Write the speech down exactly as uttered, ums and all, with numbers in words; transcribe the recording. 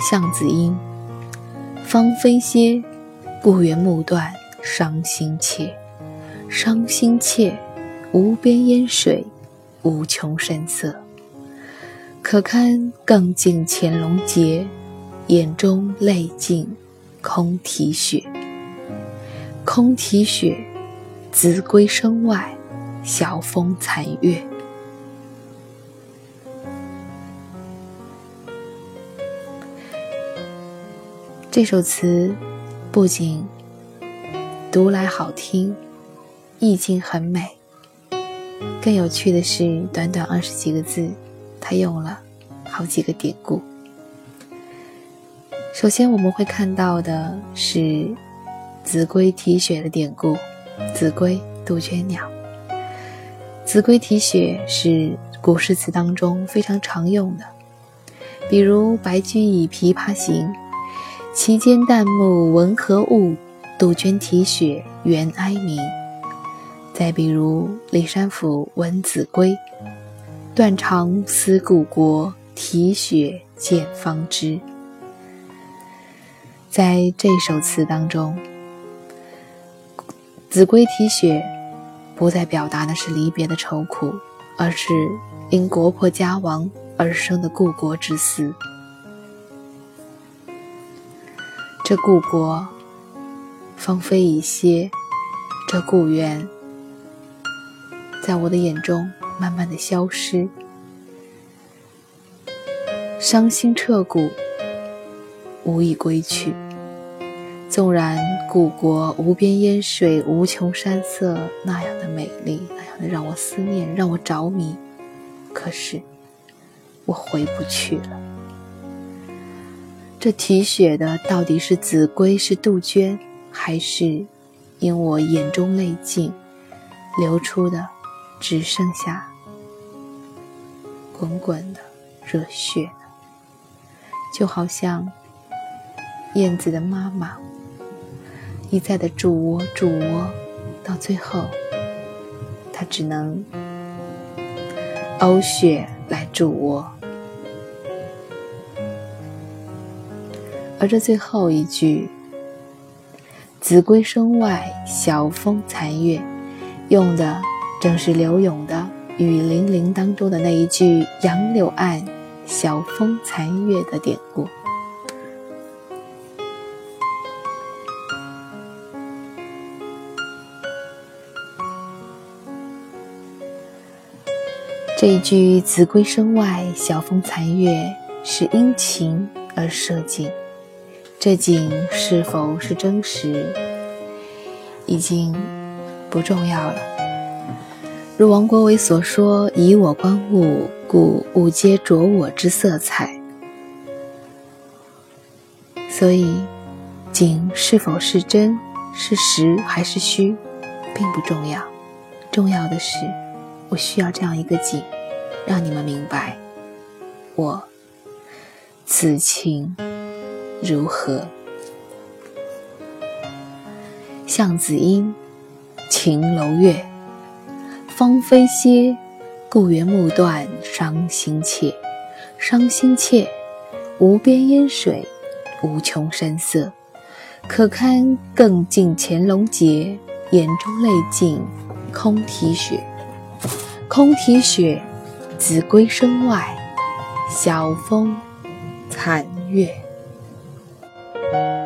向子音。芳菲歇，故园木断，伤心切。伤心切，无边烟水，无穷山色。可堪更尽乾隆节，眼中泪尽空啼血。空啼血，子规声外，晓风残月。这首词不仅读来好听，意境很美，更有趣的是，短短二十几个字，它用了好几个典故。首先我们会看到的是子规啼血的典故。子规，杜鹃鸟。子规啼血是古诗词当中非常常用的，比如白居易《琵琶行》，其间旦暮闻何物，杜鹃啼血猿哀鸣。再比如骊山府《闻子规》，断肠思故国，啼血见方知。在这首词当中，子规啼血不再表达的是离别的愁苦，而是因国破家亡而生的故国之思。这故国芳菲已歇，这故园在我的眼中慢慢的消失，伤心彻骨，无以归去。纵然故国无边烟水，无穷山色，那样的美丽，那样的让我思念，让我着迷，可是我回不去了。这啼血的到底是子规，是杜鹃，还是因我眼中泪尽，流出的只剩下滚滚的热血呢？就好像燕子的妈妈一再的筑窝筑窝，到最后她只能呕血来筑窝。而这最后一句子规声外，晓风残月，用的正是柳永的《雨霖铃》当中的那一句杨柳岸，晓风残月的典故。这一句子规声外，晓风残月是因情而设景，这景是否是真实已经不重要了。如王国维所说，以我观物，故物皆着我之色彩。所以景是否是真，是实还是虚并不重要，重要的是我需要这样一个景，让你们明白我此情如何。向子音，秦楼月。芳菲歇，故园木断，伤心切。伤心切，无边烟水，无穷山色。可堪更尽乾隆节，眼中泪尽空啼血。空啼血，子规声外，晓风残月。